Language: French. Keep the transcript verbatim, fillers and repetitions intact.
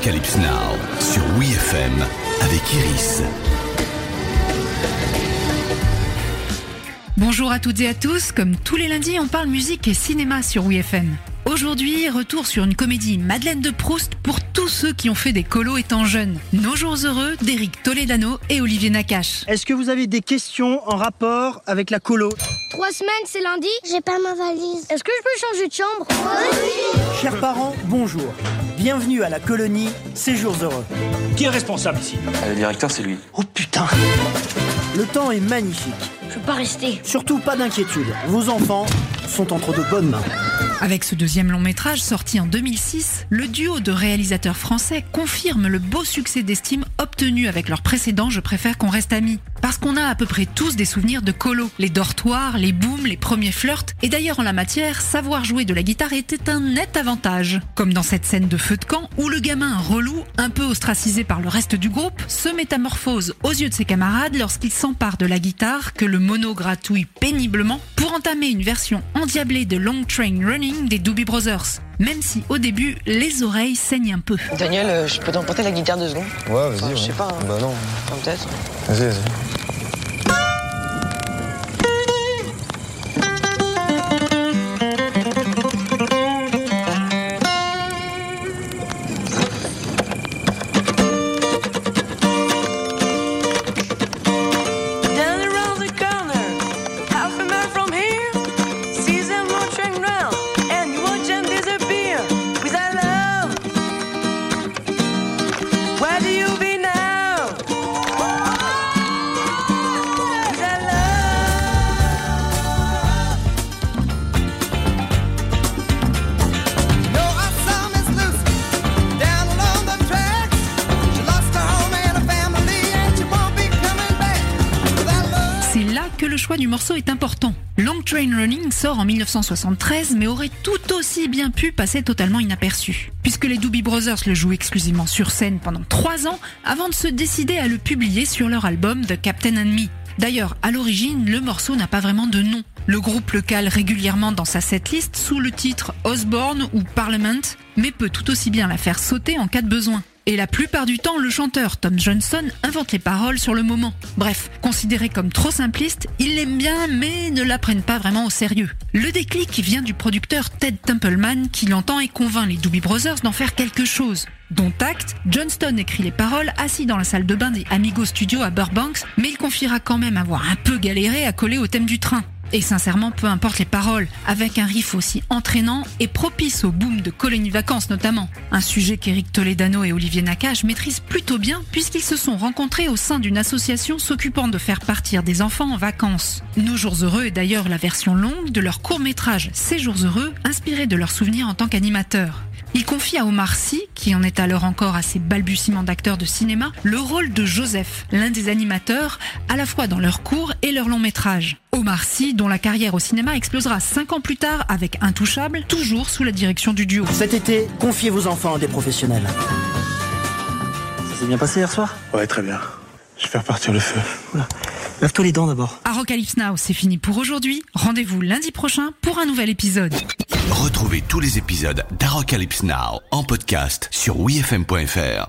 Arocalypse Now sur Oui F M avec Iris. Bonjour à toutes et à tous, comme tous les lundis, on parle musique et cinéma sur Oui F M. Aujourd'hui, retour sur une comédie Madeleine de Proust pour tous ceux qui ont fait des colos étant jeunes. Nos jours heureux d'Éric Toledano et Olivier Nakache. Est-ce que vous avez des questions en rapport avec la colo ? Trois semaines, c'est lundi ? J'ai pas ma valise. Est-ce que je peux changer de chambre ? Oui. Chers parents, bonjour. Bienvenue à la colonie Séjours Heureux. Qui est responsable ici ? Le directeur, c'est lui. Oh putain ! Le temps est magnifique. Je peux pas rester. Surtout pas d'inquiétude. Vos enfants sont entre de bonnes mains. Avec ce deuxième long métrage sorti en deux mille six, le duo de réalisateurs français confirme le beau succès d'estime obtenu avec leur précédent Je préfère qu'on reste amis. Parce qu'on a à peu près tous des souvenirs de colo, les dortoirs, les booms, les premiers flirts. Et d'ailleurs en la matière, savoir jouer de la guitare était un net avantage. Comme dans cette scène de feu de camp où le gamin relou, un peu ostracisé par le reste du groupe, se métamorphose aux yeux de ses camarades lorsqu'il s'empare de la guitare que le mono gratouille péniblement pour entamer une version endiablée de Long Train Running des Doobie Brothers. Même si au début, les oreilles saignent un peu. Daniel, euh, je peux t'emprunter la guitare deux secondes ? Ouais, vas-y. Enfin, ouais. Je sais pas. Hein. Bah non. Enfin, peut-être. Vas-y, vas-y. Le choix du morceau est important. Long Train Running sort en dix-neuf cent soixante-treize mais aurait tout aussi bien pu passer totalement inaperçu. Puisque les Doobie Brothers le jouent exclusivement sur scène pendant trois ans avant de se décider à le publier sur leur album The Captain and Me. D'ailleurs, à l'origine, le morceau n'a pas vraiment de nom. Le groupe le cale régulièrement dans sa setlist sous le titre Osborne ou Parliament, mais peut tout aussi bien la faire sauter en cas de besoin. Et la plupart du temps, le chanteur Tom Johnson invente les paroles sur le moment. Bref, considéré comme trop simpliste, ils l'aiment bien mais ne la prennent pas vraiment au sérieux. Le déclic vient du producteur Ted Templeman qui l'entend et convainc les Doobie Brothers d'en faire quelque chose. Dont acte, Johnston écrit les paroles assis dans la salle de bain des Amigo Studios à Burbank, mais il confiera quand même avoir un peu galéré à coller au thème du train. Et sincèrement, peu importe les paroles, avec un riff aussi entraînant et propice au boom de colonies vacances notamment. Un sujet qu'Éric Toledano et Olivier Nakache maîtrisent plutôt bien puisqu'ils se sont rencontrés au sein d'une association s'occupant de faire partir des enfants en vacances. Nos jours heureux est d'ailleurs la version longue de leur court-métrage Séjours heureux, inspiré de leurs souvenirs en tant qu'animateurs. Il confie à Omar Sy, qui en est alors encore à ses balbutiements d'acteur de cinéma, le rôle de Joseph, l'un des animateurs, à la fois dans leur court et leur long métrage. Omar Sy, dont la carrière au cinéma explosera cinq ans plus tard avec Intouchable, toujours sous la direction du duo. Cet été, confiez vos enfants à des professionnels. Ça s'est bien passé hier soir ? Ouais, très bien. Je vais faire partir le feu. Oula. Lave-toi les dents d'abord. Arocalypse Now, c'est fini pour aujourd'hui. Rendez-vous lundi prochain pour un nouvel épisode. Retrouvez tous les épisodes d'Arocalypse Now en podcast sur oui f m point f r.